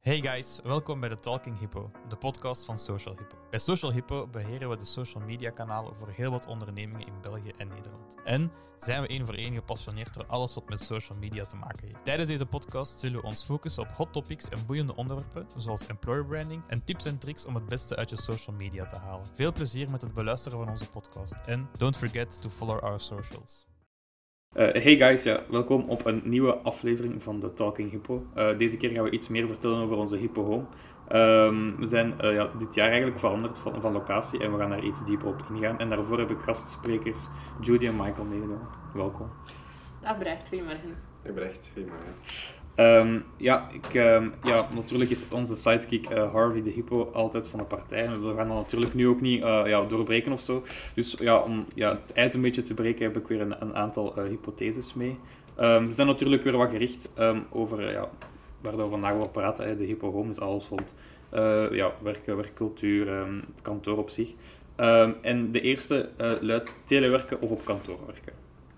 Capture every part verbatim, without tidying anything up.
Hey guys, welkom bij de Talking Hippo, de podcast van Social Hippo. Bij Social Hippo beheren we de social media kanalen voor heel wat ondernemingen in België en Nederland. En zijn we één voor één gepassioneerd door alles wat met social media te maken heeft. Tijdens deze podcast zullen we ons focussen op hot topics en boeiende onderwerpen, zoals employer branding en tips en tricks om het beste uit je social media te halen. Veel plezier met het beluisteren van onze podcast en don't forget to follow our socials. Uh, hey guys, ja, welkom op een nieuwe aflevering van de Talking Hippo. Uh, deze keer gaan we iets meer vertellen over onze Hippo Home. Um, we zijn uh, ja, dit jaar eigenlijk veranderd van, van locatie en we gaan daar iets dieper op ingaan. En daarvoor heb ik gastsprekers Judy en Michael meegenomen. Welkom. Dag Brecht, goedemorgen. Hey Brecht, goedemorgen. Um, ja, ik, um, ja, natuurlijk is onze sidekick uh, Harvey de Hippo altijd van de partij. En we gaan dat natuurlijk nu ook niet uh, ja, doorbreken of zo. Dus ja, om ja, het ijs een beetje te breken heb ik weer een, een aantal uh, hypotheses mee. Um, ze zijn natuurlijk weer wat gericht um, over uh, ja, waar we vandaag over praten. Hè. De Hippo Home is alles rond uh, ja, werken, werkcultuur, um, het kantoor op zich. Um, en de eerste uh, luidt telewerken of op kantoor werken.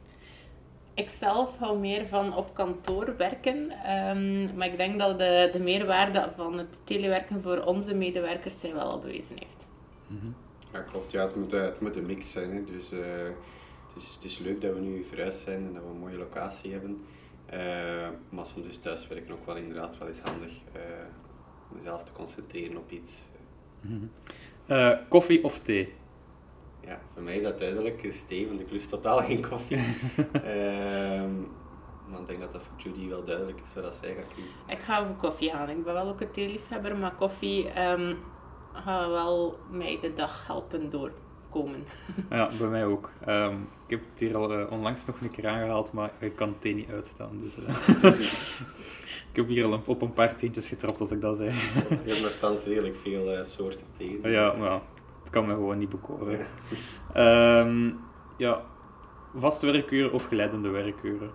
Ik zelf hou meer van op kantoor werken, um, maar ik denk dat de, de meerwaarde van het telewerken voor onze medewerkers zich wel al bewezen heeft. Mm-hmm. Ja, klopt. Ja, het, moet, het moet een mix zijn. Hè. Dus, uh, het, is, het is leuk dat we nu verhuisd zijn en dat we een mooie locatie hebben. Uh, maar soms is thuiswerken ook wel inderdaad wel eens handig uh, om jezelf te concentreren op iets. Mm-hmm. Uh, koffie of thee? Ja, voor mij is dat duidelijk. Is thee, want ik lust totaal geen koffie. um, maar ik denk dat dat voor Judy wel duidelijk is wat zij gaat kiezen. Ik ga voor koffie gaan. Ik ben wel ook een theeliefhebber, maar koffie um, gaat wel mij de dag helpen doorkomen. Ja, bij mij ook. Um, ik heb het hier al uh, onlangs nog een keer aangehaald, maar ik kan thee niet uitstaan. Dus, uh, ik heb hier al op een paar tientjes getrapt, als ik dat zei. Je hebt nogthans redelijk veel uh, soorten thee. Ja, maar het kan me gewoon niet bekoren. Ja, um, ja vaste werkuren of geleidende werkuren?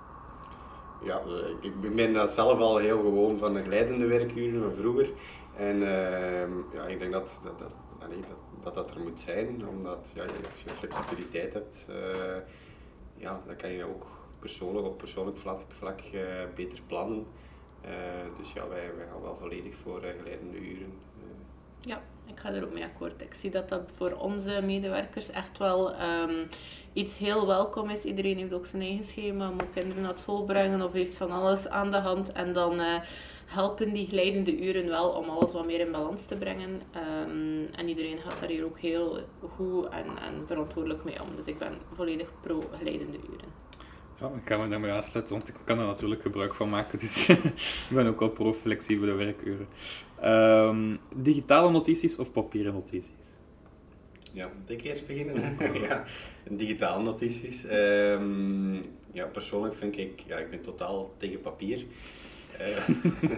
Ja, ik ben daar zelf al heel gewoon van de geleidende werkuren van vroeger. En uh, ja, ik denk dat dat, dat, nee, dat, dat dat er moet zijn, omdat ja, als je flexibiliteit hebt, uh, ja, dan kan je ook persoonlijk op persoonlijk vlak, vlak uh, beter plannen. Uh, dus ja, wij, wij gaan wel volledig voor uh, geleidende uren. Uh. Ja, ik ga er ook mee akkoord. Ik zie dat dat voor onze medewerkers echt wel um, iets heel welkom is. Iedereen heeft ook zijn eigen schema, moet kinderen naar school brengen of heeft van alles aan de hand. En dan uh, helpen die glijdende uren wel om alles wat meer in balans te brengen. Um, en iedereen gaat daar hier ook heel goed en, en verantwoordelijk mee om. Dus ik ben volledig pro glijdende uren. Ja, ik ga me daarmee aansluiten, want ik kan er natuurlijk gebruik van maken. Dus ik ben ook wel pro flexibele werkuren. Um, digitale notities of papieren notities? Ja, moet ik eerst beginnen? Ja, digitale notities. Um, ja, persoonlijk vind ik, ja, ik ben totaal tegen papier. Uh,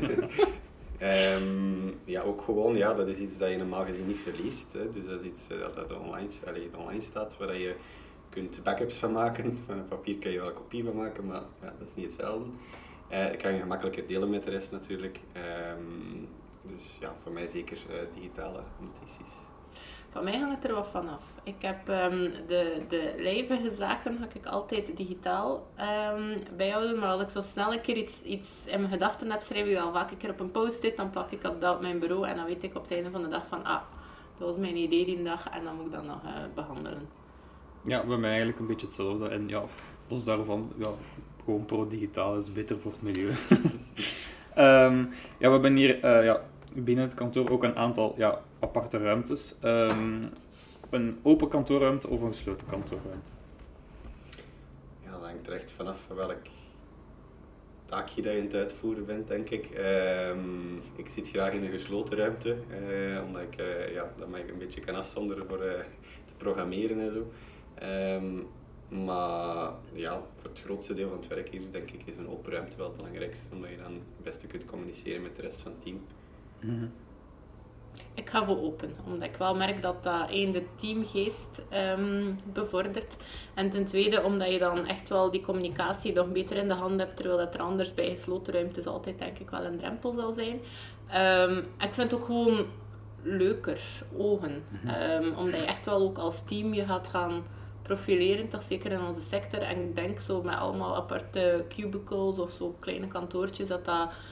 um, ja, ook gewoon, ja, dat is iets dat je normaal gezien niet verliest. Hè. Dus dat is iets dat, dat online, allee, online staat, waar je kunt backups van maken. Van een papier kan je wel een kopie van maken, maar ja, dat is niet hetzelfde. Uh, dat kan je gemakkelijker delen met de rest natuurlijk. Um, dus ja, voor mij zeker uh, digitale notities. Van mij hangt het er wat van af. Ik heb um, de, de lijvige zaken ga ik altijd digitaal um, bijhouden, maar als ik zo snel een keer iets, iets in mijn gedachten heb, schrijf ik dat al vaak een keer op een post-it, dan plak ik dat op mijn bureau en dan weet ik op het einde van de dag van, ah, dat was mijn idee die dag en dan moet ik dat nog uh, behandelen. Ja, bij mij eigenlijk een beetje hetzelfde. En ja, los daarvan, ja, gewoon pro-digitaal is beter voor het milieu. um, ja, we hebben hier uh, ja, binnen het kantoor ook een aantal ja, aparte ruimtes. Um, een open kantoorruimte of een gesloten kantoorruimte? Ja, dat hangt er echt vanaf welk taakje dat je aan het uitvoeren bent, denk ik. Um, ik zit graag in een gesloten ruimte, uh, omdat ik uh, ja, dat mij een beetje kan afzonderen voor uh, te programmeren en zo. Um, maar ja, voor het grootste deel van het werk hier, denk ik, is een open ruimte wel het belangrijkste, omdat je dan het beste kunt communiceren met de rest van het team. Mm-hmm. Ik ga voor open, omdat ik wel merk dat dat één de teamgeest um, bevordert. En ten tweede, omdat je dan echt wel die communicatie nog beter in de hand hebt, terwijl dat er anders bij gesloten ruimtes altijd denk ik wel een drempel zal zijn. Um, ik vind het ook gewoon leuker, ogen. Mm-hmm. Um, omdat je echt wel ook als team je gaat gaan profileren, toch zeker in onze sector. En ik denk zo met allemaal aparte cubicles of zo kleine kantoortjes, dat dat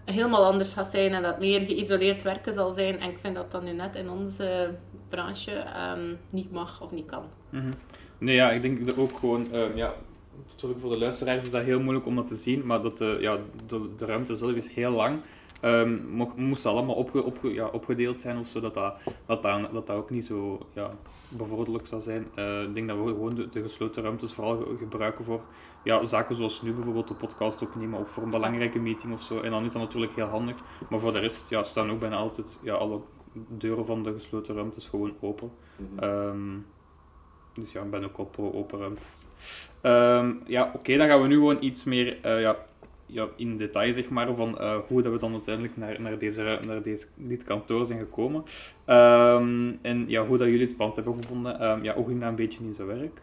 helemaal anders gaat zijn en dat meer geïsoleerd werken zal zijn. En ik vind dat dat nu net in onze branche um, niet mag of niet kan. Mm-hmm. Nee, ja, ik denk dat ook gewoon... Uh, ja, natuurlijk voor de luisteraars is dat heel moeilijk om dat te zien, maar dat de, ja, de, de ruimte zelf is heel lang. Um, mocht, moest allemaal opge, opge, ja, opgedeeld zijn of zo, dat dat, dat, dat, dat, dat ook niet zo ja, bevorderlijk zou zijn. Uh, ik denk dat we gewoon de, de gesloten ruimtes vooral gebruiken voor ja, zaken zoals nu bijvoorbeeld de podcast opnemen of voor een belangrijke meeting of zo. En dan is dat natuurlijk heel handig. Maar voor de rest ja, staan ook bijna altijd ja, alle deuren van de gesloten ruimtes gewoon open. Mm-hmm. Um, dus ja, ik ben ook al pro open ruimtes. Um, ja, oké, okay, dan gaan we nu gewoon iets meer... Uh, ja, Ja, in detail zeg maar, van uh, hoe dat we dan uiteindelijk naar, naar, deze, naar deze, dit kantoor zijn gekomen. Um, en ja, hoe dat jullie het pand hebben gevonden. Um, ja, hoe ging dat een beetje in zijn werk?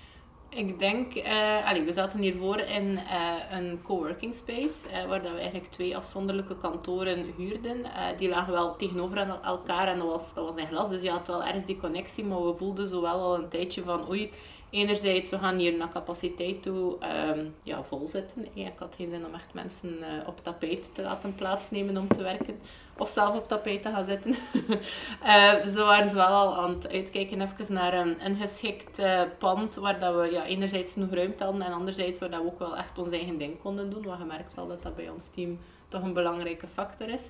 Ik denk, uh, allee, we zaten hiervoor in uh, een coworking space, uh, waar dat we eigenlijk twee afzonderlijke kantoren huurden. Uh, die lagen wel tegenover elkaar en dat was, dat was in glas, dus je had wel ergens die connectie, maar we voelden zo wel al een tijdje van oei, enerzijds, we gaan hier naar capaciteit toe um, ja, vol zitten. Ik had geen zin om echt mensen uh, op tapijt te laten plaatsnemen om te werken. Of zelf op tapijt te gaan zitten. uh, dus we waren zo wel al aan het uitkijken even naar een, een geschikt uh, pand waar dat we ja, enerzijds genoeg ruimte hadden en anderzijds waar dat we ook wel echt ons eigen ding konden doen. Want je merkt wel dat dat bij ons team toch een belangrijke factor is.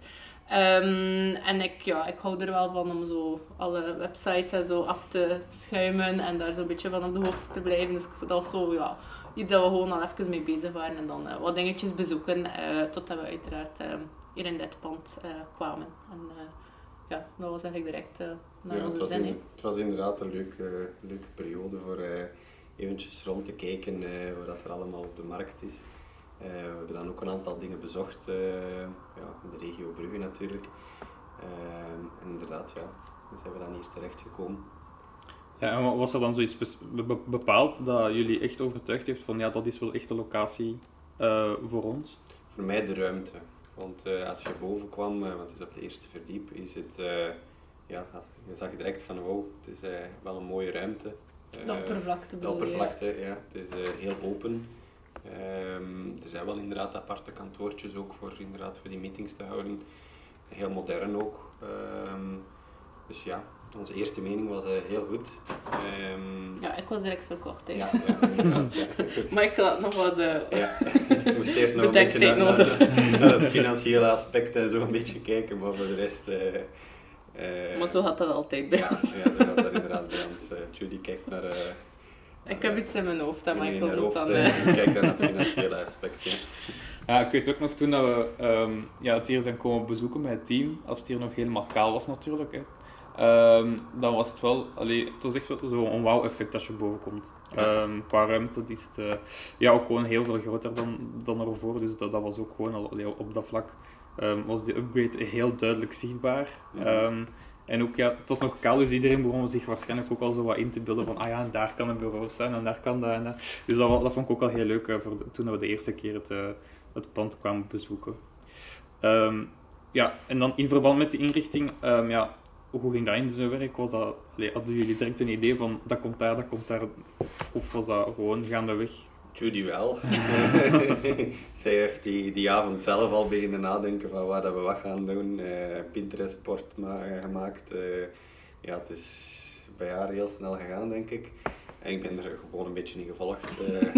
Um, en ik, ja, ik hou er wel van om zo alle websites en zo af te schuimen en daar zo'n beetje van op de hoogte te blijven. Dus dat was zo, ja, iets dat we gewoon al even mee bezig waren en dan uh, wat dingetjes bezoeken, uh, totdat we uiteraard uh, hier in dit pand uh, kwamen. En uh, ja, dat was eigenlijk direct uh, naar ja, onze het zin. In, het was inderdaad een leuke, leuke periode voor uh, eventjes rond te kijken uh, wat er allemaal op de markt is. Uh, we hebben dan ook een aantal dingen bezocht, uh, ja, in de regio Brugge natuurlijk. Uh, en inderdaad, ja, dan zijn we dan hier terechtgekomen. Ja, en was er dan zoiets bepaald dat jullie echt overtuigd heeft van ja, dat is wel echt de locatie uh, voor ons? Voor mij de ruimte. Want uh, als je boven kwam, uh, want het is op de eerste verdiep, is het, uh, ja, je zag direct van wow, het is uh, wel een mooie ruimte. Uh, de oppervlakte De oppervlakte, ja. ja. Het is uh, heel open. Um, er zijn wel inderdaad aparte kantoortjes ook voor, inderdaad, voor die meetings te houden. Heel modern ook. Um, dus ja, onze eerste mening was uh, heel goed. Um, ja, ik was direct verkocht. Hè. Ja, ja, inderdaad. Ja. Maar ik had nog wat... Uh, ja, ik moest eerst nog een beetje naar, naar, naar, naar het financiële aspect en zo een beetje kijken, maar voor de rest... Uh, uh, maar zo gaat dat altijd bij ja, ons. Ja, zo gaat dat inderdaad bij ons. Uh, Judy kijkt naar... Uh, Ik heb iets in mijn hoofd, dat nee, Michael doet dan... Uh, ik kijk naar het financiële aspect, ja. Ja, ik weet ook nog toen dat we um, ja, het hier zijn komen bezoeken met het team, als het hier nog helemaal kaal was natuurlijk, hè. Um, dan was het wel, allee, het was echt wel zo'n wauw-effect als je boven komt. Um, qua ruimte is het uh, ja, ook gewoon heel veel groter dan, dan ervoor, dus dat, dat was ook gewoon al, allee, op dat vlak um, was die upgrade heel duidelijk zichtbaar. Um, En ook, ja, het was nog koud, dus iedereen begon zich waarschijnlijk ook al zo wat in te beelden van ah ja, en daar kan een bureau zijn en daar kan dat en dat. Dus dat, dat vond ik ook al heel leuk uh, voor de, toen we de eerste keer het, uh, het pand kwamen bezoeken. Um, ja, en dan in verband met de inrichting, um, ja, hoe ging dat in zijn werk? Was dat, allee, hadden jullie direct een idee van dat komt daar, dat komt daar? Of was dat gewoon gaandeweg? Judy wel. Zij heeft die, die avond zelf al beginnen nadenken van waar dat we wat gaan doen. Uh, Pinterest-bord ma- gemaakt. Uh, ja, het is bij haar heel snel gegaan, denk ik. En ik ben er gewoon een beetje in gevolgd. Uh.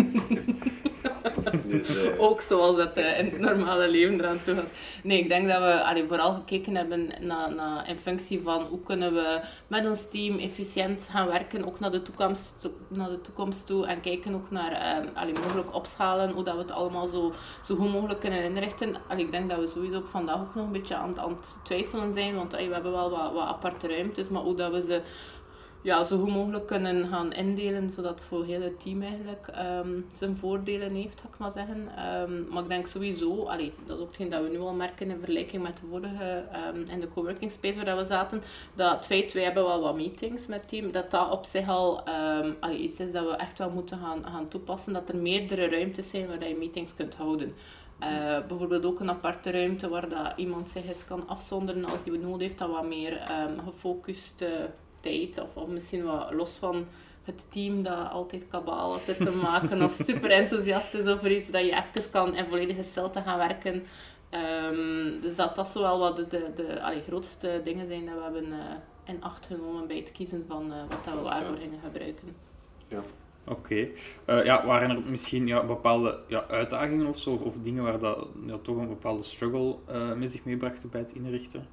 dus, uh... Ook zoals dat uh, in het normale leven eraan toe gaat. Nee, ik denk dat we allee, vooral gekeken hebben naar, naar, in functie van hoe kunnen we met ons team efficiënt gaan werken, ook naar de toekomst, to, naar de toekomst toe. En kijken ook naar um, allee, mogelijk opschalen, hoe dat we het allemaal zo, zo goed mogelijk kunnen inrichten. Allee, ik denk dat we sowieso op vandaag ook nog een beetje aan, aan het twijfelen zijn, want allee, we hebben wel wat, wat aparte ruimtes, maar hoe dat we ze ja, zo goed mogelijk kunnen gaan indelen, zodat het voor heel het team eigenlijk um, zijn voordelen heeft, ga ik maar zeggen. Um, maar ik denk sowieso, allee, dat is ook hetgeen dat we nu al merken in vergelijking met de vorige, um, in de coworking space waar we zaten, dat het feit, wij hebben wel wat meetings met het team, dat dat op zich al um, allee, iets is dat we echt wel moeten gaan, gaan toepassen, dat er meerdere ruimtes zijn waar je meetings kunt houden. Uh, bijvoorbeeld ook een aparte ruimte waar dat iemand zich eens kan afzonderen als hij nodig heeft, dat wat meer um, gefocust uh, tijd, of, of misschien wat los van het team dat altijd kabaal zit te maken of super enthousiast is over iets, dat je even kan in volledige stilte gaan werken Um, dus dat dat zo wel wat de, de, de allee, grootste dingen zijn dat we hebben uh, in acht genomen bij het kiezen van uh, wat dat we waarvoor gingen gebruiken. Ja. Oké. Okay. Uh, ja, waren er misschien ja, bepaalde ja, uitdagingen of zo, of, of dingen waar dat ja, toch een bepaalde struggle uh, met zich meebracht bij het inrichten?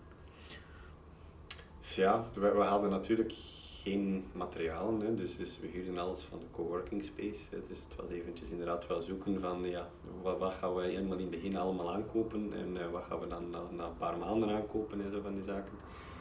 Dus ja, we, we hadden natuurlijk geen materialen, hè, dus, dus we huurden alles van de coworking space. Hè, dus het was eventjes inderdaad wel zoeken van ja, wat, wat gaan we helemaal in het begin allemaal aankopen en uh, wat gaan we dan na, na een paar maanden aankopen en zo van die zaken.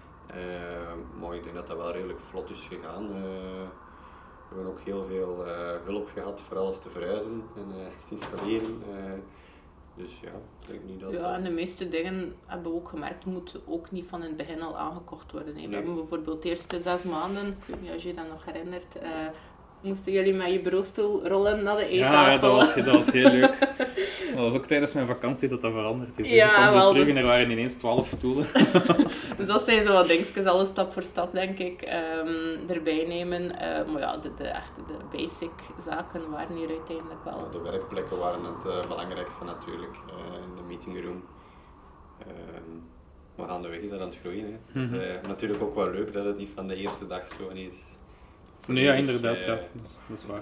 Uh, maar ik denk dat dat wel redelijk vlot is gegaan. Uh, we hebben ook heel veel uh, hulp gehad voor alles te verhuizen en uh, te installeren. Uh, Dus ja, ik denk niet dat... Ja, en de meeste dingen hebben we ook gemerkt, moeten ook niet van in het begin al aangekocht worden. Hè. We Nee. hebben bijvoorbeeld de eerste zes maanden, ik weet niet als je dat nog herinnert, uh, moesten jullie met je bureaustoel rollen naar de eettafel. Ja, ja dat, was, dat was heel leuk. Dat was ook tijdens mijn vakantie dat dat veranderd is. Dus Ja, ik kwam zo wel, terug dus... en er waren ineens twaalf stoelen. Dus dat zijn zo wat dingetjes, alles stap voor stap denk ik um, erbij nemen. Uh, maar ja, de, de, echt de basic zaken waren hier uiteindelijk wel. De werkplekken waren het uh, belangrijkste natuurlijk, uh, in de meetingroom. Uh, maar gaandeweg is dat aan het groeien. Hè. Mm-hmm. Dus, uh, natuurlijk ook wel leuk dat het niet van de eerste dag zo ineens... Nee, ja, inderdaad, uh, ja. Dat is, dat is waar.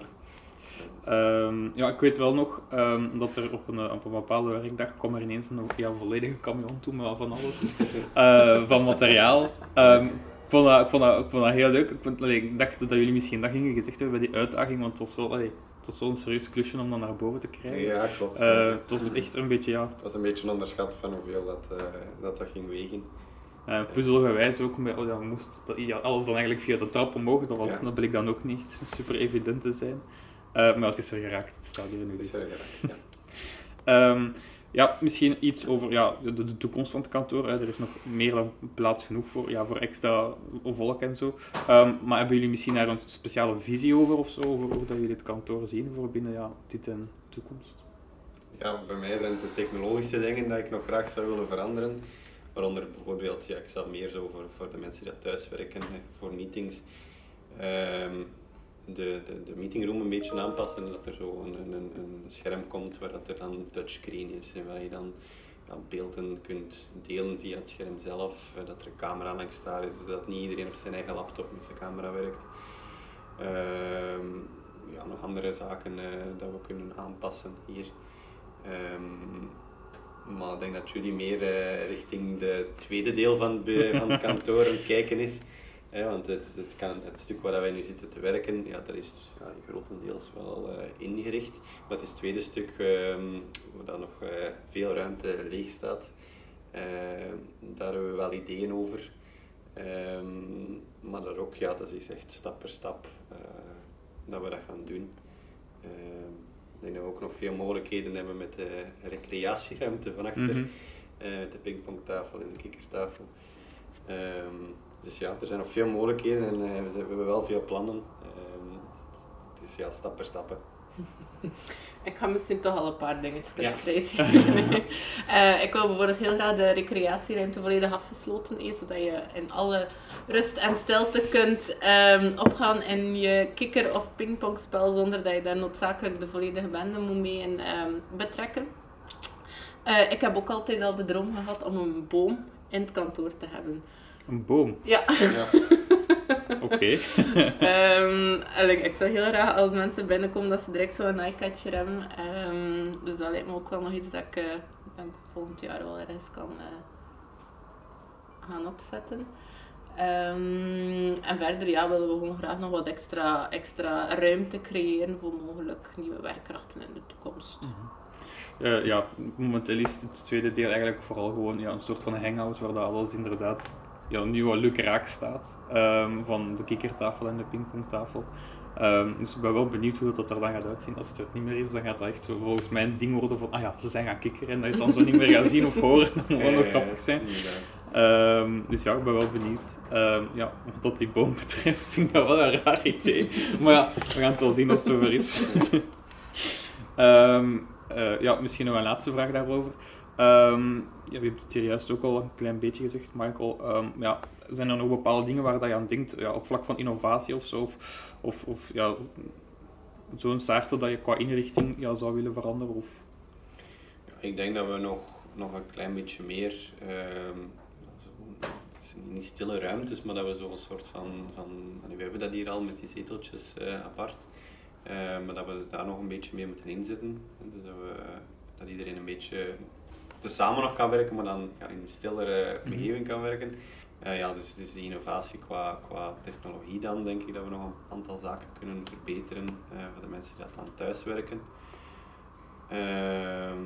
Um, ja, ik weet wel nog um, dat er op een, op een bepaalde werkdag kwam er ineens een ja, volledige camion toe met van alles, uh, van materiaal. Um, ik, vond dat, ik, vond dat, ik vond dat heel leuk. Ik, vond, allee, ik dacht dat jullie misschien dat gingen gezegd hebben bij die uitdaging, want het was wel allee, het was wel een serieus klusje om dat naar boven te krijgen. Ja, klopt. Uh, het was echt een beetje, ja... Het was een beetje onderschat van hoeveel dat, uh, dat, dat ging wegen. Uh, puzzelgewijs ook, met, oh ja, moest dat, ja, alles dan eigenlijk via de trap omhoog, dat, was, Ja. dat bleek dan ook niet super evident te zijn. Uh, maar het is er geraakt, het staat hier nu. Het is er geraakt, ja. um, ja, misschien iets over ja, de, de toekomst van het kantoor. Hè. Er is nog meer dan plaats genoeg voor, ja, voor extra volk en zo. Um, maar hebben jullie misschien daar een speciale visie over of zo, over hoe dat jullie het kantoor zien voor binnen ja, dit en de toekomst? Ja, bij mij zijn het de technologische dingen die ik nog graag zou willen veranderen. Waaronder bijvoorbeeld, ja, ik zou meer zo voor, voor de mensen die thuis werken, voor meetings, um, de, de, de meetingroom een beetje aanpassen. Dat er zo een, een, een scherm komt waar dat er dan een touchscreen is en waar je dan ja, beelden kunt delen via het scherm zelf. Dat er een camera langs daar is, zodat niet iedereen op zijn eigen laptop met zijn camera werkt. Um, ja, nog andere zaken uh, dat we kunnen aanpassen hier. Um, Maar ik denk dat jullie meer uh, richting de tweede deel van, be, van het kantoor aan het kijken is. Eh, want het, het, kan, het stuk waar wij nu zitten te werken, ja, dat is ja, grotendeels wel uh, ingericht. Maar het is het tweede stuk um, waar nog uh, veel ruimte leeg staat. Uh, daar hebben we wel ideeën over. Um, maar dat ook, ja, dat is echt stap per stap uh, dat we dat gaan doen. Uh, Ik denk dat we ook nog veel mogelijkheden hebben met de recreatieruimte van achter, mm-hmm. uh, met de pingpongtafel en de kikkertafel. Um, dus ja, er zijn nog veel mogelijkheden en uh, we, we hebben wel veel plannen. Um, het is ja, stap per stap. Ik ga misschien toch al een paar dingen ja. prijzen. uh, ik wil bijvoorbeeld heel graag de recreatieruimte volledig afgesloten is, zodat je in alle rust en stilte kunt um, opgaan in je kikker- of pingpongspel zonder dat je daar noodzakelijk de volledige bende moet mee in, um, betrekken. Uh, ik heb ook altijd al de droom gehad om een boom in het kantoor te hebben. Een boom? Ja. ja. Oké. Okay. um, ik zou heel graag als mensen binnenkomen dat ze direct zo'n eye-catcher hebben. Um, dus dat lijkt me ook wel nog iets dat ik uh, denk volgend jaar wel ergens kan uh, gaan opzetten. Um, en verder ja, willen we gewoon graag nog wat extra, extra ruimte creëren voor mogelijk nieuwe werkkrachten in de toekomst. Mm-hmm. Uh, ja, momenteel is het tweede deel eigenlijk vooral gewoon ja, een soort van hangout waar dat alles inderdaad ja, nu wel leuk raak staat. Um, van de kikkertafel en de pingpongtafel. Um, dus ik ben wel benieuwd hoe dat er dan gaat uitzien. Als het er niet meer is, dan gaat dat echt zo volgens mij een ding worden van ah ja, ze zijn gaan kikkeren en dat je het dan zo niet meer gaat zien of horen. Dat moet wel nog grappig zijn. Um, dus ja, ik ben wel benieuwd. Um, ja, wat dat die boom betreft vind ik dat wel een raar idee. Maar ja, we gaan het wel zien als het over is. um, uh, ja, misschien nog een laatste vraag daarover. Um, ja, we hebben het hier juist ook al een klein beetje gezegd, Michael. Um, ja, zijn er nog bepaalde dingen waar dat je aan denkt, ja, op vlak van innovatie of zo? Of, of, of ja, zo'n soort dat je qua inrichting ja, zou willen veranderen? Of? Ja, ik denk dat we nog nog een klein beetje meer, uh, het is niet stille ruimtes, maar dat we zo'n soort van, van, we hebben dat hier al met die zeteltjes uh, apart, uh, maar dat we daar nog een beetje mee moeten inzetten. Dus dat, we, dat iedereen een beetje tezamen nog kan werken, maar dan ja, in een stillere omgeving kan werken. Uh, ja, dus, dus die innovatie qua, qua technologie dan, denk ik dat we nog een aantal zaken kunnen verbeteren uh, voor de mensen die dat dan thuis werken. Uh,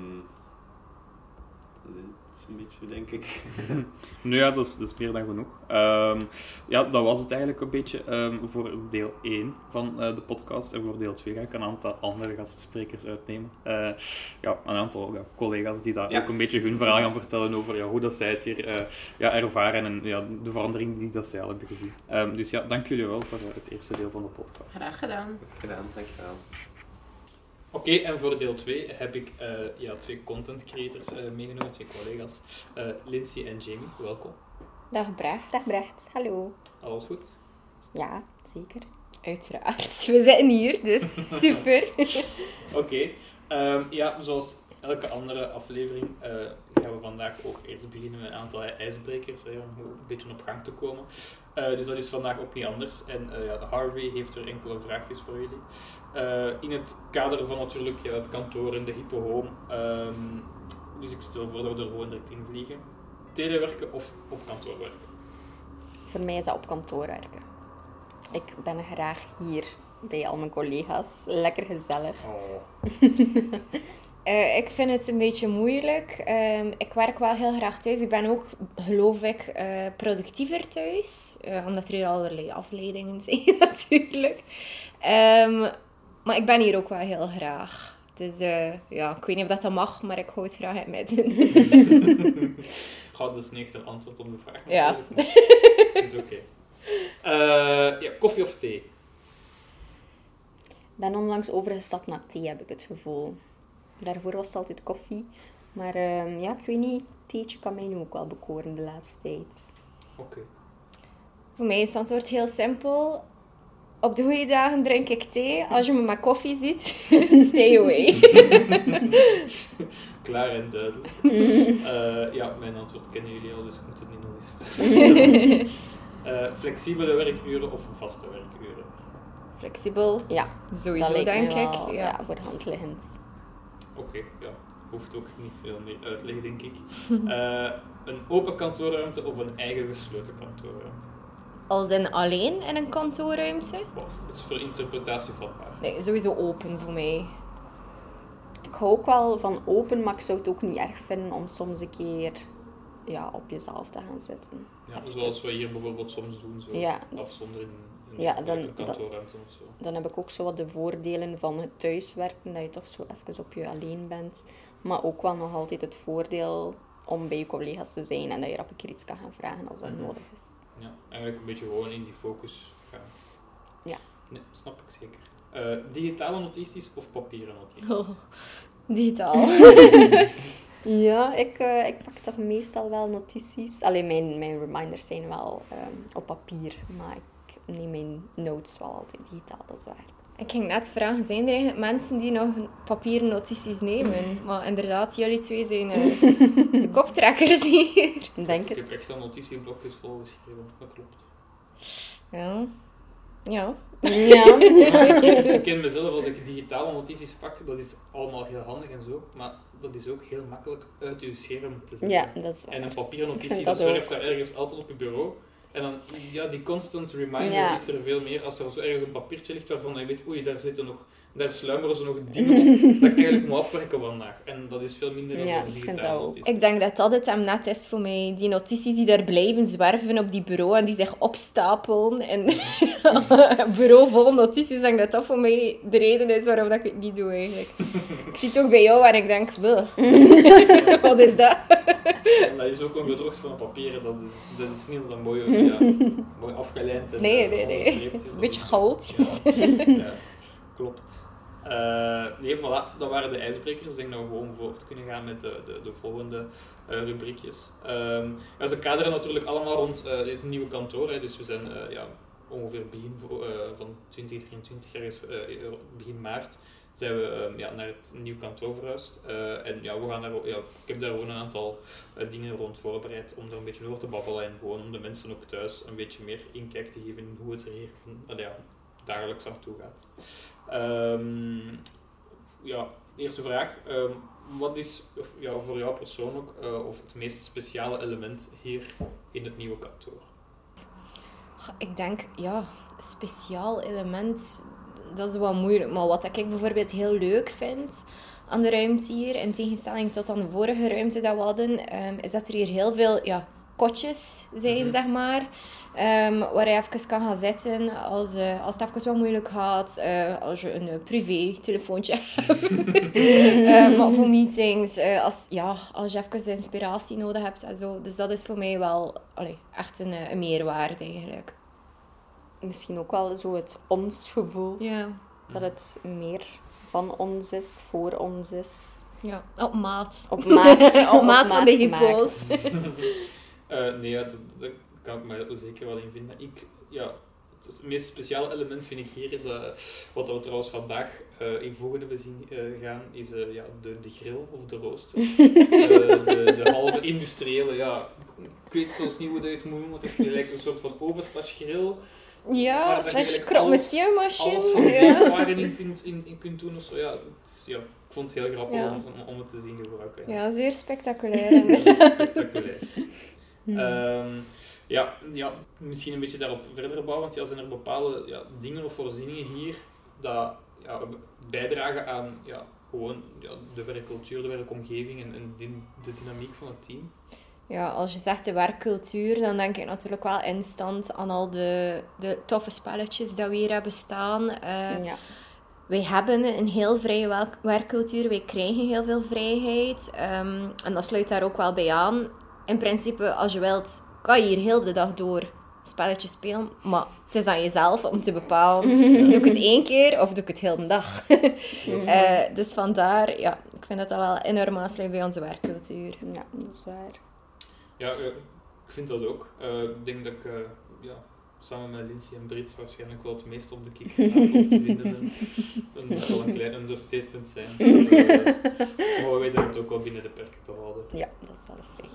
dat is een beetje, denk ik. Nu ja, dat is, dat is meer dan genoeg. Um, ja, dat was het eigenlijk een beetje um, voor deel één van uh, de podcast. En voor deel twee ga ik een aantal andere gastsprekers uitnemen. Uh, ja, een aantal ja, collega's die daar ja. ook een beetje hun verhaal gaan vertellen over ja, hoe dat zij het hier uh, ja, ervaren en ja, de verandering die dat zij al hebben gezien. Um, dus ja, dank jullie wel voor uh, het eerste deel van de podcast. Graag gedaan. Graag gedaan, dankjewel. Oké, okay, en voor deel twee heb ik uh, ja, twee content creators uh, meegenomen, twee collega's. Uh, Lindsay en Jamie, welkom. Dag Brecht. Dag Brecht, hallo. Alles goed? Ja, zeker. Uiteraard. We zitten hier, dus super. Oké, okay. um, ja, zoals elke andere aflevering uh, gaan we vandaag ook eerst beginnen met een aantal ijsbrekers, hè, om een beetje op gang te komen. Uh, dus dat is vandaag ook niet anders. En uh, ja, Harvey heeft er enkele vraagjes voor jullie. Uh, in het kader van natuurlijk ja, het kantoor en de Hypo Home. Um, dus ik stel voor dat we er gewoon direct in vliegen. Telewerken of op kantoor werken? Voor mij is dat op kantoor werken. Ik ben graag hier bij al mijn collega's. Lekker gezellig. Oh. uh, ik vind het een beetje moeilijk. Uh, ik werk wel heel graag thuis. Ik ben ook, geloof ik, uh, productiever thuis. Uh, omdat er hier allerlei afleidingen zijn, natuurlijk. Um, maar ik ben hier ook wel heel graag. Dus uh, ja, ik weet niet of dat, dat mag, maar ik hou het graag in het midden. Ga dus niet echt een antwoord op de vraag. Ja. Het is oké. Okay. Uh, ja, koffie of thee? Ik ben onlangs overgestapt naar thee, heb ik het gevoel. Daarvoor was het altijd koffie. Maar uh, ja, ik weet niet, theetje kan mij nu ook wel bekoren de laatste tijd. Oké. Okay. Voor mij is het antwoord heel simpel. Op de goede dagen drink ik thee. Als je me met koffie ziet, stay away. Klaar en duidelijk. Uh, ja, mijn antwoord kennen jullie al, dus ik moet het niet nog eens uh, flexibele werkuren of vaste werkuren? Flexibel, ja. Sowieso, dat denk wel, ik. Ja. Ja, voor de hand liggend. Oké, okay, ja. Hoeft ook niet veel meer uitleg, denk ik. Uh, een open kantoorruimte of een eigen gesloten kantoorruimte? Als in alleen in een kantoorruimte? Wow, dat is voor interpretatie vatbaar. Nee, sowieso open voor mij. Ik hou ook wel van open, maar ik zou het ook niet erg vinden om soms een keer ja, op jezelf te gaan zitten. Ja, even. Zoals we hier bijvoorbeeld soms doen, zo ja. afzonderen in, in ja, dan, een kantoorruimte of zo. Dan heb ik ook zo wat de voordelen van het thuiswerken, dat je toch zo even op je alleen bent. Maar ook wel nog altijd het voordeel om bij je collega's te zijn en dat je rap een keer iets kan gaan vragen als dat mm-hmm. nodig is. Ja, eigenlijk een beetje gewoon in die focus gaan. Ja. Nee, snap ik zeker. Uh, digitale notities of papieren notities? Oh, digitaal. ja, ik, uh, ik pak toch meestal wel notities. Alleen mijn, mijn reminders zijn wel um, op papier, maar ik neem mijn notes wel altijd digitaal, dat is waar. Ik ging net vragen, zijn er eigenlijk mensen die nog papieren notities nemen? Maar inderdaad, jullie twee zijn uh, de koptrekkers hier. Denk ik het. heb extra notitieblokjes volgeschreven, dat klopt. Ja. Ja. Ja. ik, ken, ik ken mezelf, als ik digitale notities pak, dat is allemaal heel handig en zo, maar dat is ook heel makkelijk uit je scherm te zetten. Ja, dat is waar. En een papieren notitie, dat zwerft daar ergens altijd op je bureau. En dan, ja, die constant reminder ja. is er veel meer. Als er zo ergens een papiertje ligt waarvan je weet, oei, daar zitten nog, daar sluimeren ze nog dingen op, dat ik eigenlijk moet afwerken vandaag. En dat is veel minder dan ja, een digitale notitie. Ik denk dat dat het hem net is voor mij. Die notities die daar blijven zwerven op die bureau en die zich opstapelen. En een bureau vol notities, ik denk dat dat voor mij de reden is waarom ik het niet doe eigenlijk. Ik zie het toch bij jou en ik denk, wat is dat? En dat is ook een gedrocht van papieren, dat is, dat is niet dat mooi, ja, mooi afgelijnd en nee, nee, nee. Het is een beetje chaotisch. Ja, ja, klopt. Uh, nee, voilà, dat waren de ijsbrekers. Ik denk dat we gewoon voort kunnen gaan met de, de, de volgende uh, rubriekjes. Um, ja, ze kaderen natuurlijk allemaal rond uh, het nieuwe kantoor, hè, dus we zijn uh, ja, ongeveer begin uh, van twintig drieëntwintig, ergens uh, begin maart. zijn we um, ja, naar het nieuw kantoor verhuisd. Uh, en ja, we gaan daar, ja, ik heb daar gewoon een aantal uh, dingen rond voorbereid om er een beetje over te babbelen en gewoon om de mensen ook thuis een beetje meer inkijk te geven in hoe het er hier uh, ja, dagelijks aan toe gaat. Um, ja, eerste vraag. Um, wat is of, ja, voor jou persoonlijk uh, of het meest speciale element hier in het nieuwe kantoor? Ik denk, ja, speciaal element, dat is wel moeilijk. Maar wat ik bijvoorbeeld heel leuk vind aan de ruimte hier, in tegenstelling tot aan de vorige ruimte dat we hadden, um, is dat er hier heel veel ja, kotjes zijn, mm-hmm. zeg maar. Um, waar je even kan gaan zitten als, uh, als het even wat moeilijk gaat, uh, als je een uh, privé-telefoontje hebt, uh, maar voor meetings, uh, als, ja, als je even inspiratie nodig hebt en zo. Dus dat is voor mij wel allee, echt een, een meerwaarde eigenlijk. Misschien ook wel zo het ons-gevoel, ja. dat het meer van ons is, voor ons is. Ja, op maat. Op maat, op, op maat van de gemaakt. hippos. uh, nee, ja, dat, dat kan ik me zeker wel in vinden. Ik, ja, het meest speciale element vind ik hier, de, wat we trouwens vandaag uh, in voegen hebben zien uh, gaan, is uh, ja, de, de grill of de rooster. uh, de, de halve industriële, ja, ik weet zelfs niet hoe dat je het moet noemen, want het is gelijk een soort van oven slash grill. Ja, slash croque monsieur machine. Alles van ja. waarin in kunt, in, in kunt doen of zo. Ja, het, ja, ik vond het heel grappig ja. om, om, om het te zien gebruiken. Ja, ja zeer spectaculair. Zeer spectaculair. Hmm. Um, ja, ja, misschien een beetje daarop verder bouwen, want ja, zijn er bepaalde ja, dingen of voorzieningen hier dat ja, bijdragen aan ja, gewoon ja, de werkcultuur, de werkomgeving en, en die, de dynamiek van het team? Ja, als je zegt de werkcultuur, dan denk ik natuurlijk wel instant aan al de, de toffe spelletjes dat we hier hebben staan. Uh, ja. Wij hebben een heel vrije werkcultuur, wij krijgen heel veel vrijheid. Um, en dat sluit daar ook wel bij aan. In principe, als je wilt, kan je hier heel de dag door spelletjes spelen. Maar het is aan jezelf om te bepalen, doe ik het één keer of doe ik het heel de dag? uh, dus vandaar, ja, ik vind dat dat wel enorm aansluit bij onze werkcultuur. Ja, dat is waar. Ja, uh, ik vind dat ook. Uh, ik denk dat ik uh, ja, samen met Lindsay en Brit waarschijnlijk wel het meest op de kick vanavond te vinden ben. Dat moet wel een klein understatement zijn. Uh, maar we weten het ook wel binnen de perken te houden. Ja, dat is wel een feit.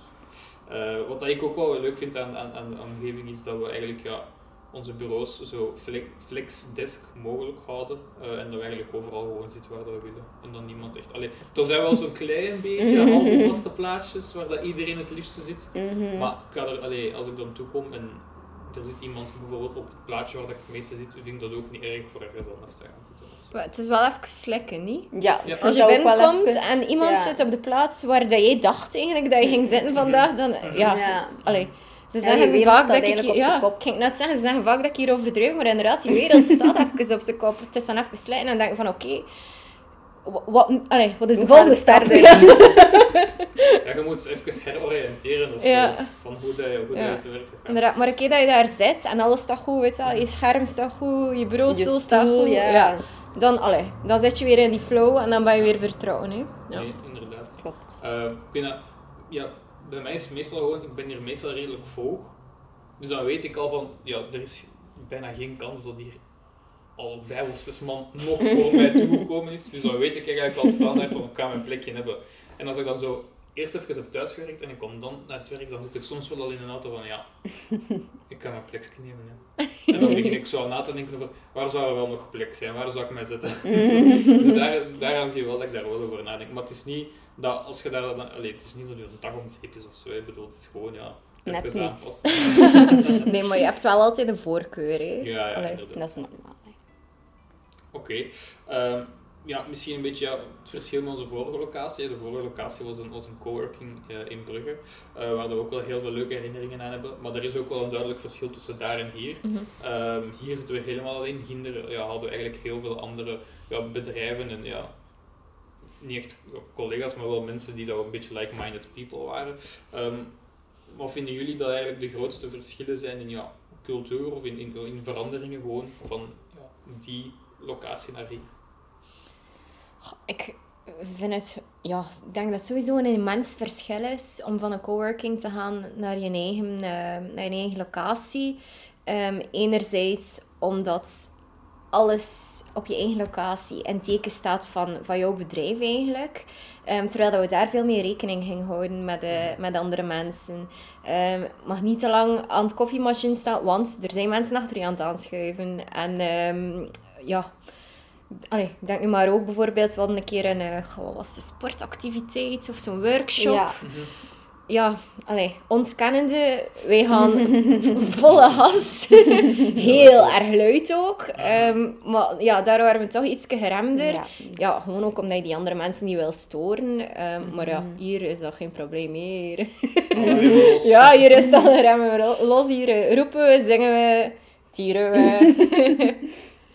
Uh, wat ik ook wel leuk vind aan, aan, aan de omgeving is dat we eigenlijk ja, onze bureaus zo flex-desk mogelijk houden. Uh, en dat we eigenlijk overal gewoon zitten waar we willen. En dan niemand echt... Allee, er zijn wel zo'n klein beetje al vaste plaatsjes waar dat iedereen het liefste zit. Mm-hmm. Maar ik ga er, allee, als ik dan toekom en er zit iemand bijvoorbeeld op het plaatsje waar ik het meeste zit, vind ik dat ook niet erg voor ergens anders te gaan zitten. Maar het is wel even slikken, niet? Ja, ja. Als je binnenkomt even, en iemand ja. zit op de plaats waar dat jij dacht eigenlijk dat je ging zitten vandaag, dan... Ja, ja. Allee. Ze zeggen ja, vaak dat ik... Ja, ik ging net zeggen, ze zeggen vaak dat ik hier overdrijf, maar inderdaad, die wereld staat even op zijn kop. Het is dan even slijten en denken van, oké, okay, wat, allee, wat is de volgende stap? Ja, je moet even heroriënteren of ja. zo, van hoe, dat, hoe ja. dat te werken gaat. Inderdaad, maar een keer dat je daar zit en alles staat goed, weet je wel, je scherm staat goed, je bureaustoel staat goed, ja. Ja, dan, allee, dan zit je weer in die flow en dan ben je weer vertrouwen. Hè? Ja. Nee, inderdaad. Klopt. Uh, ik vind dat, ja, bij mij is het meestal gewoon, ik ben hier meestal redelijk vroeg. Dus dan weet ik al van, ja, er is bijna geen kans dat hier al vijf of zes man nog voor mij toegekomen is. Dus dan weet ik eigenlijk al standaard van, ik ga mijn plekje hebben. En als ik dan zo eerst even heb thuisgewerkt en ik kom dan naar het werk, dan zit ik soms wel al in een auto van, ja, ik kan mijn plekje nemen. Ja. En dan begin ik zo na te denken over, waar zou er wel nog plek zijn? Waar zou ik mij zetten? Dus daar, daaraan zie je wel dat ik daar wel over nadenk. Maar het is niet dat als je daar dan... Allee, het is niet dat je een dag om het is of zo. Ik bedoel, het is gewoon, ja... Net niet. Nee, maar je hebt wel altijd een voorkeur, hè? Ja, ja, inderdaad. Dat is normaal. Oké. Okay. Um, ja, misschien een beetje ja, het verschil met onze vorige locatie. De vorige locatie was een, was een coworking uh, in Brugge, uh, waar we ook wel heel veel leuke herinneringen aan hebben. Maar er is ook wel een duidelijk verschil tussen daar en hier. Mm-hmm. Um, hier zitten we helemaal alleen. Ginder ja, hadden we eigenlijk heel veel andere ja, bedrijven en ja, niet echt collega's, maar wel mensen die dat een beetje like-minded people waren. Um, wat vinden jullie dat eigenlijk de grootste verschillen zijn in ja, cultuur of in, in, in veranderingen gewoon van ja, die locatie naar hier? Ik vind het, ja, ik denk dat het sowieso een immens verschil is om van een coworking te gaan naar je eigen, uh, naar je eigen locatie. Um, enerzijds omdat alles op je eigen locatie in teken staat van, van jouw bedrijf eigenlijk. Um, terwijl dat we daar veel meer rekening gingen houden met, de, met andere mensen. Um, mag niet te lang aan het koffiemachine staan, want er zijn mensen achter je aan het aanschuiven. En um, ja... Allee, ik denk nu maar ook bijvoorbeeld, we hadden een keer een, uh, wat was het, sportactiviteit of zo'n workshop. Ja. Ja, allee, ons kennende, wij gaan volle gas. Heel erg luid ook. Um, maar ja, daar waren we toch iets geremder. Ja, Ja, gewoon ook omdat je die andere mensen niet wil storen. Um, Mm-hmm. Maar ja, hier is dat geen probleem meer. Allee, los. Ja, hier is dan remmen we ro- los. Hier uh, roepen we, zingen we, tieren we.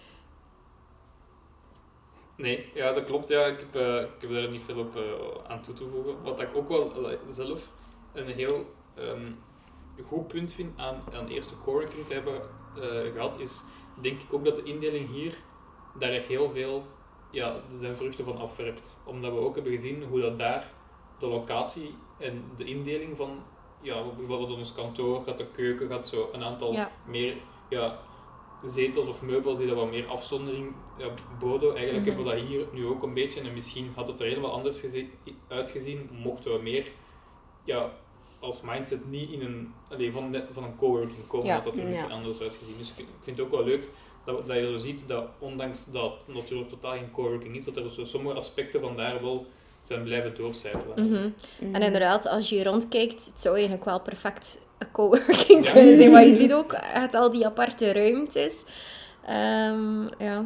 Nee, ja, dat klopt. Ja. Ik, heb, uh, ik heb daar niet veel op uh, aan toe te voegen. Wat ik ook wel uh, zelf een heel um, goed punt vind aan, aan eerste coworking te hebben uh, gehad, is denk ik ook dat de indeling hier daar heel veel ja, zijn vruchten van afwerpt. Omdat we ook hebben gezien hoe dat daar de locatie en de indeling van, ja, bijvoorbeeld ons kantoor, gaat de keuken, gaat zo een aantal Ja. meer ja, zetels of meubels die dat wat meer afzondering ja, boden. Eigenlijk Mhm. hebben we dat hier nu ook een beetje en misschien had het er helemaal anders geze- uitgezien, mochten we meer ja, als mindset niet in een, allee, van, de, van een coworking komen, Ja. had dat er misschien Ja. anders uitgezien. Dus ik, ik vind het ook wel leuk dat, dat je zo ziet dat ondanks dat het natuurlijk totaal geen coworking is, dat er zo sommige aspecten van daar wel zijn blijven doorcijpelen. Mhm. Mhm. En inderdaad, als je rondkijkt, het zou eigenlijk wel perfect een coworking Ja. kunnen zijn. Maar je ziet ook het al die aparte ruimtes. Ehm, ja.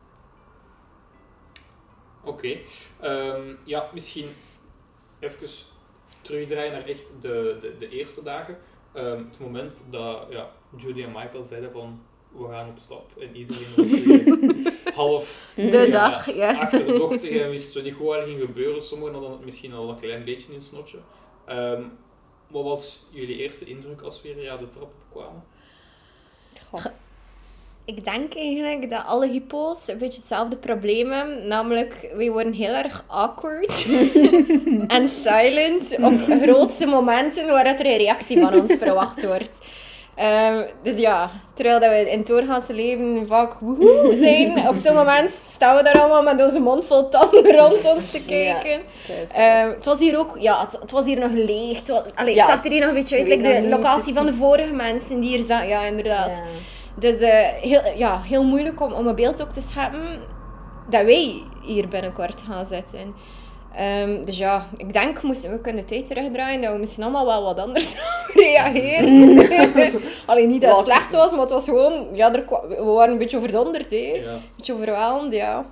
Oké. Ehm, ja, misschien even terugdraaien naar echt de, de, de eerste dagen. Ehm, het moment dat ja, Judy en Michael zeiden van we gaan op stap. En iedereen was weer half De ja, dag, ja. achterdochtig en wist zo niet goed wat er ging gebeuren. Sommigen hadden het misschien al een klein beetje in het snotje. Ehm, wat was jullie eerste indruk als we weer ja, de trap opkwamen? Goh. Ik denk eigenlijk dat alle hypo's een beetje hetzelfde probleem hebben. Namelijk, wij worden heel erg awkward en silent op grootste momenten waar dat er een reactie van ons verwacht wordt. Ehm, dus ja, terwijl dat we in het doorgaanse leven vaak woehoe zijn, op zo'n moment staan we daar allemaal met onze mond vol tanden rond ons te kijken. Ja, het is, Ehm, het was hier ook, ja, het, het was hier nog leeg. Het, was, allee, Ja. het zag er hier nog een beetje uit, Ik weet like de nog niet locatie van de precies. vorige mensen die hier zaten. Ja, inderdaad. ja. Dus eh, heel, ja, heel moeilijk om, om een beeld ook te scheppen dat wij hier binnenkort gaan zitten. Ehm, dus ja, ik denk, moesten we kunnen de tijd terugdraaien, dat we misschien allemaal wel wat anders reageren. Alleen niet dat het Wat? slecht was, maar het was gewoon, ja, er kwa- we waren een beetje overdonderd, hè. Ja. Een beetje overweldigd, ja.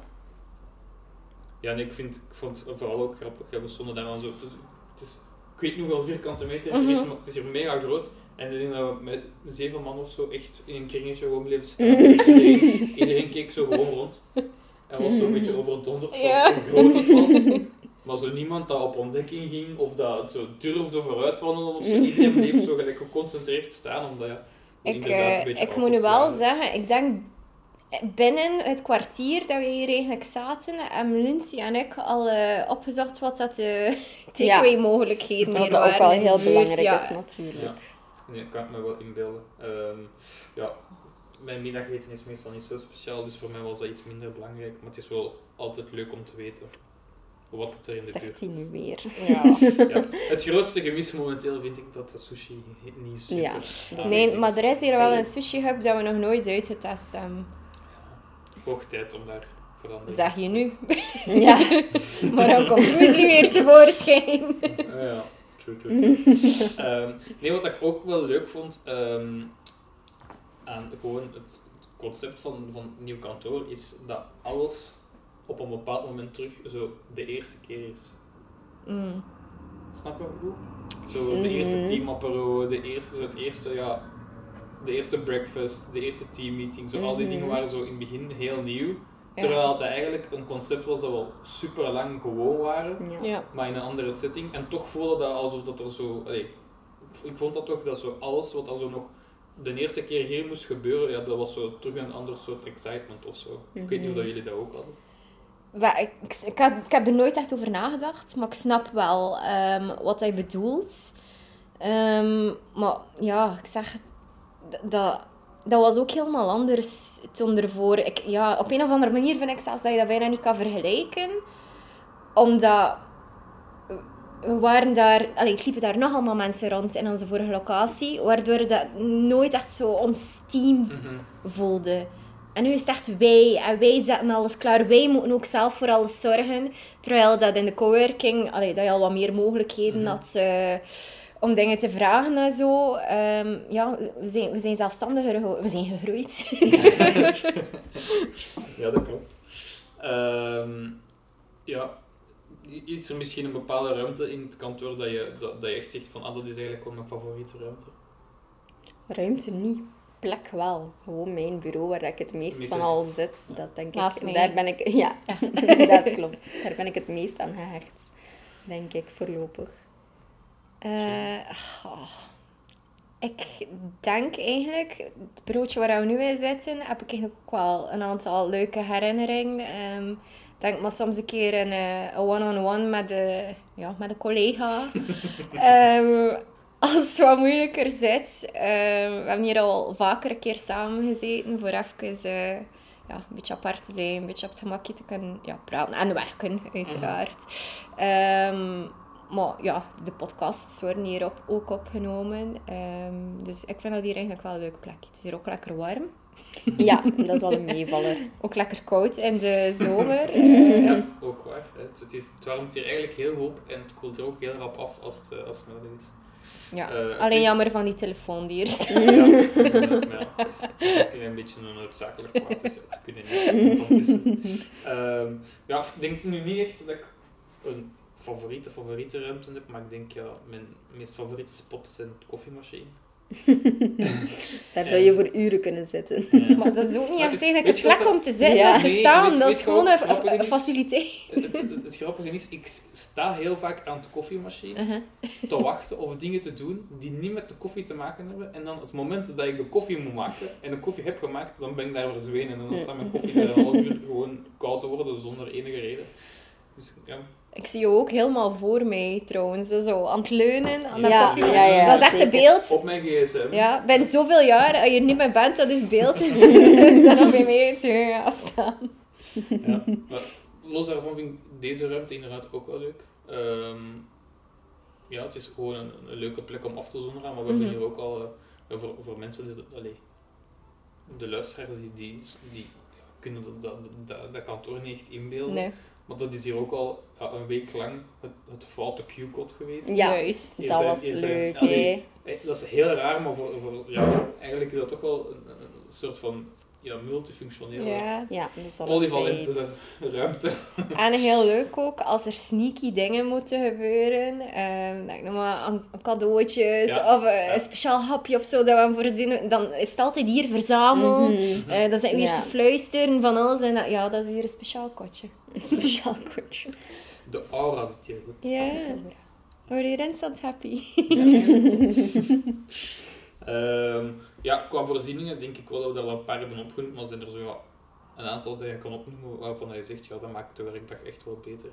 Ja, en ik, vind, ik vond het vooral ook grappig. Ja, we stonden daar aan zo. Het is, het is, ik weet niet hoeveel vierkante meter het is, Mhm. maar het is hier mega groot. En ik denk dat we met zeven man of zo echt in een kringetje gewoon bleven staan. iedereen, iedereen keek zo gewoon rond. En was zo'n beetje overdonderd van Ja. hoe groot het was. Maar zo niemand dat op ontdekking ging of dat zo durfde vooruit wandelen of zo. Iedereen bleef zo gelijk geconcentreerd staan. Omdat, ja, we Ik, inderdaad eh, een beetje ik moet nu wel awkward waren. zeggen, ik denk binnen het kwartier dat we hier eigenlijk zaten, hebben Lindsay en ik al eh, opgezocht wat dat de takeaway-mogelijkheden Wat hier dat waren. ook wel in de heel buurt, belangrijk ja. is natuurlijk. Ja. Nee, kan ik me wel inbeelden. Ehm, ja, mijn middageten is meestal niet zo speciaal, dus voor mij was dat iets minder belangrijk. Maar het is wel altijd leuk om te weten wat het er in de Zegt buurt hij is. nu weer. Ja. Ja, het grootste gemis momenteel vind ik dat de sushi niet super Ja. aan Nee, is. maar er is hier wel een sushi-hub dat we nog nooit uitgetest hebben. Hoog tijd om daar veranderen. Zeg je nu. Ja. Maar dan komt Roesli weer tevoorschijn. Ah, ja, true, true, true. Ehm, nee, wat ik ook wel leuk vond ehm, aan gewoon het concept van, van het nieuw kantoor is dat alles op een bepaald moment terug zo de eerste keer is. Mm. Snap je wat ik bedoel? Zo de eerste Mhm. teamapero, de eerste, zo het eerste, ja, de eerste breakfast, de eerste teammeeting, zo al die Mhm. dingen waren zo in het begin heel nieuw. Ja. Terwijl het eigenlijk een concept was dat wel super lang gewoon waren. Ja. Ja. Maar in een andere setting. En toch voelde dat alsof dat er zo... Allee, ik vond dat toch dat zo alles wat dan zo nog de eerste keer hier moest gebeuren, ja, dat was zo terug een ander soort excitement of zo. Ik weet niet of dat jullie dat ook hadden. Wel, ik, ik, ik, heb, ik heb er nooit echt over nagedacht, maar ik snap wel ehm, wat hij bedoelt. Ehm, maar ja, ik zeg, d- dat, dat was ook helemaal anders toen ervoor. Ik, ja, op een of andere manier vind ik zelfs dat je dat bijna niet kan vergelijken. Omdat we waren daar... Allee, ik liepen daar nog allemaal mensen rond in onze vorige locatie, waardoor dat nooit echt zo ons team Mhm. voelde. En nu is het echt wij. En wij zetten alles klaar. Wij moeten ook zelf voor alles zorgen. Terwijl dat in de coworking... Allee, dat je al wat meer mogelijkheden Mhm. had... eh, om dingen te vragen en zo. Ehm, ja, we zijn, we zijn zelfstandiger geworden. We zijn gegroeid. Ja, dat klopt. Ehm, ja, is er misschien een bepaalde ruimte in het kantoor dat je, dat, dat je echt zegt van ah, dat is eigenlijk wel mijn favoriete ruimte? Ruimte niet. Plek wel. Gewoon mijn bureau waar ik het meest Meest van is- al zit. Dat denk Naast ik. mij. Daar ben ik... Ja, dat klopt. Daar ben ik het meest aan gehecht. Denk ik, voorlopig. Eh, goh. Ik denk eigenlijk, het broodje waar we nu in zitten, heb ik eigenlijk ook wel een aantal leuke herinneringen. Ehm, ik denk maar soms een keer een eh, een one-on-one met, de, ja, met een collega. Ehm, als het wat moeilijker zit. Ehm, we hebben hier al vaker een keer samen gezeten voor even eh, ja, een beetje apart te zijn, een beetje op het gemakje te kunnen ja, praten en werken, uiteraard. Ehm, maar ja, de podcasts worden hier op, ook opgenomen. Ehm, dus ik vind dat hier eigenlijk wel een leuk plekje. Het is hier ook lekker warm. Ja, dat is wel een meevaller. Ook lekker koud in de zomer. Eh, Ja, ook waar. Het, het, is, het warmt hier eigenlijk heel op en het koelt er ook heel rap af als het, eh, als het nodig is. ja. Eh, Alleen ik- jammer van die telefoon die hier staat. Ja, maar ja, dat is een beetje een noodzakelijk kwaad. Dus we kunnen niet ondertussen. Ehm, ja, ik denk nu niet echt dat ik een favoriete, favoriete ruimte heb, maar ik denk ja, mijn meest favoriete spots zijn de koffiemachine. Daar zou je voor uren kunnen zitten. Ja. Maar dat is ook niet Maar echt het- eigenlijk weet een je wat plek dat- om te zitten Ja. of te Nee, staan. weet- dat weet is je gewoon wat een, het grappige een is? faciliteit. Het, het, het, het grappige is, ik sta heel vaak aan de koffiemachine Uh-huh. te wachten of dingen te doen die niet met de koffie te maken hebben. En dan het moment dat ik de koffie moet maken en de koffie heb gemaakt, dan ben ik daar verdwenen. En dan staat mijn koffie daar een half uur gewoon koud te worden zonder enige reden. Dus ja, Ik zie je ook helemaal voor mij trouwens. Zo aan het leunen aan de Ja, koffie. ja, ja, dat is echt een zeker. beeld. op mijn gsm. Ja, binnen zoveel jaar, als je er niet meer bent, dat is het beeld. dat nog bij mij uit je gaat staan. Ja. Maar los daarvan vind ik deze ruimte inderdaad ook wel leuk. Ehm, ja, het is gewoon een, een leuke plek om af te zonderen, maar we Mhm. hebben hier ook al eh, voor, voor mensen, die, allee, de luisteraars, die, die, die ja, kunnen dat, dat, dat, dat kantoor niet echt inbeelden. Nee, Maar dat is hier ook al ja, een week lang het, het foute Q-code geweest. Ja, juist. Is dat er- was is er- leuk, allee, hè. Eh, Dat is heel raar, maar voor, voor, ja, eigenlijk is dat toch wel een, een soort van ja, multifunctionele, Ja. Ja, dat is al polyvalente een feit. ruimte. En heel leuk ook, als er sneaky dingen moeten gebeuren. Ehm denk nog maar aan cadeautjes Ja. of eh, Ja. een speciaal hapje of zo dat we hem voorzien. Dan is het altijd hier verzameld. Mhm. Eh, dan zijn we hier Ja. te fluisteren van alles. En dat, ja, dat is hier een speciaal kotje. Een speciaal kortje. De aura zit hier goed. Ja. Word je instant happy? Ehm, ja, qua voorzieningen denk ik wel dat we daar wel een paar hebben opgenoemd, maar zijn er zo ja, een aantal dat je kan opnoemen waarvan je zegt, ja, dat maakt de werkdag echt wel beter.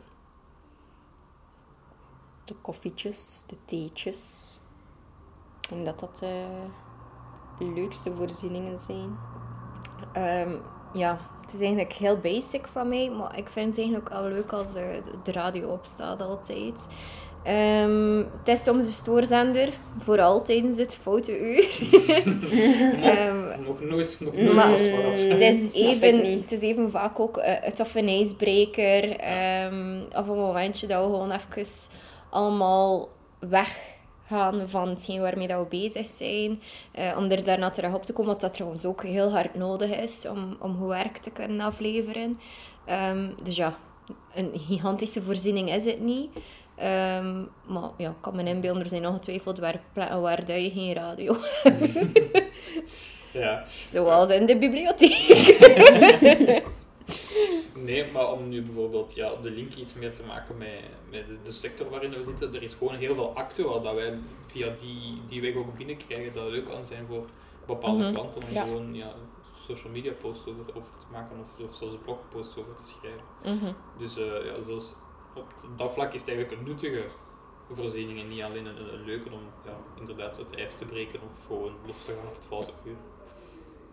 De koffietjes, de theetjes. Ik denk dat dat de leukste voorzieningen zijn. Ehm, ja, het is eigenlijk heel basic van mij, maar ik vind het eigenlijk ook al leuk als de, de radio opstaat altijd. Ehm, het is soms een stoorzender, vooral tijdens het foute uur. Ehm, Nog nooit, nog nooit Maar- was van dat. het, is Snap ik even, niet. het is even vaak ook uh, het of een ijsbreker, ehm, of een momentje dat we gewoon even allemaal weggaan van hetgeen waarmee dat we bezig zijn, eh, om er daarna terug op te komen, wat dat trouwens ook heel hard nodig is om, om goed werk te kunnen afleveren. Ehm, dus ja, een gigantische voorziening is het niet. Ehm, maar ja, ik kan me inbeelden, er zijn ongetwijfeld werkplekken waar dat je geen radio Ja. zoals in de bibliotheek. Nee, maar om nu bijvoorbeeld ja, de link iets meer te maken met, met de, de sector waarin we zitten, er is gewoon heel veel actua dat wij via die, die weg ook binnenkrijgen, dat leuk kan zijn voor bepaalde Mhm. klanten om Ja. gewoon ja, social media posts over, over te maken of, of zelfs een blogpost over te schrijven. Mhm. Dus eh, ja, zelfs op dat vlak is het eigenlijk een nuttige voorziening en niet alleen een, een leuke om ja, inderdaad het ijs te breken of gewoon los te gaan op het foute uur.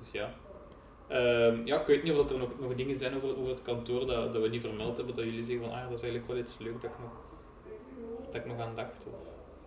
Dus ja. Um, ja, ik weet niet of er nog, nog dingen zijn over, over het kantoor dat, dat we niet vermeld hebben, dat jullie zeggen van, ah, dat is eigenlijk wel iets leuk dat ik nog, dat ik nog aan dacht. Of,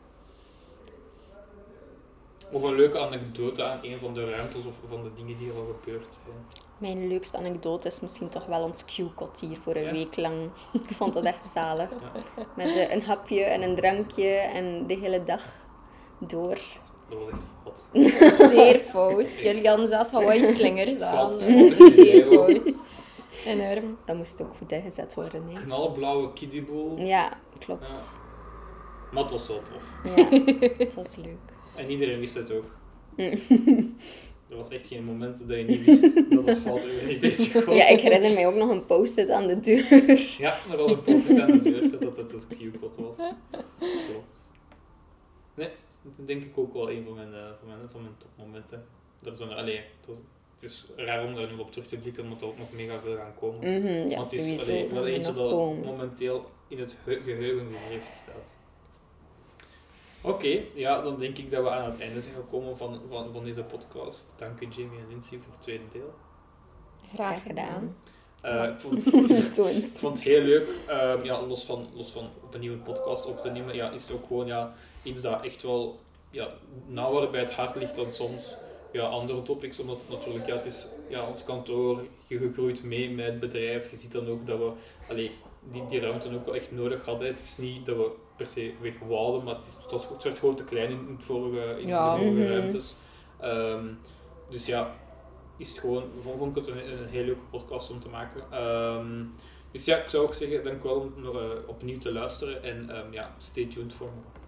of een leuke anekdote aan een van de ruimtes of van de dingen die er al gebeurd zijn. Mijn leukste anekdote is misschien toch wel ons Q-kot hier voor een Ja. week lang. Ik vond dat echt zalig. Ja, Met uh, een hapje en een drankje en de hele dag door. dat was echt fout. Zeer fout. Jullie hadden zelfs Hawaii-slingers aan. Fout, fout. Zeer fout. Enorm. Dat moest ook goed ingezet worden. Hè. Knalblauwe kiddieboel. Ja, klopt. Ja. Maar het was wel tof. Ja, het was leuk. En iedereen wist het ook. Er was echt geen moment dat je niet wist dat het fout er niet bezig was. Ja, ik herinner mij ook nog een post-it aan de deur. Ja, er was een post aan de deur dat het het Q-code was. Klopt. Nee, dat is denk ik ook wel een van mijn, uh, van mijn, van mijn topmomenten. Dat is een, allee, het, was, het is raar om daar nu op terug te blikken, omdat er ook nog mega veel gaan komen. Mm-hmm, ja, Want het is sowieso. allee, wel gaan we eentje nog dat komen. momenteel in het ge- geheugen gegrift staat. Oké, okay, ja, dan denk ik dat we aan het einde zijn gekomen van, van, van deze podcast. Dank u Jamie en Lindsay voor het tweede deel. Graag gedaan. Uh, ik, vond, Zo ik eens. vond het heel leuk, um, ja, los, van, los van opnieuw een podcast op te nemen, ja, is het ook gewoon ja, iets dat echt wel ja, nauwer bij het hart ligt dan soms ja, andere topics, omdat het natuurlijk, ja, het is ja, ons kantoor, je groeit mee met het bedrijf, je ziet dan ook dat we allee, die, die ruimte ook wel echt nodig hadden. Het is niet dat we per se weg wouden, maar het, is, het, was, het werd gewoon te klein in, het vorige, in Ja. de vorige Mhm. ruimtes. Um, dus ja, is het gewoon, vond, vond ik het een, een heel leuke podcast om te maken. Um, dus ja, ik zou ook zeggen, dank wel om nog uh, opnieuw te luisteren en um, ja, stay tuned voor me.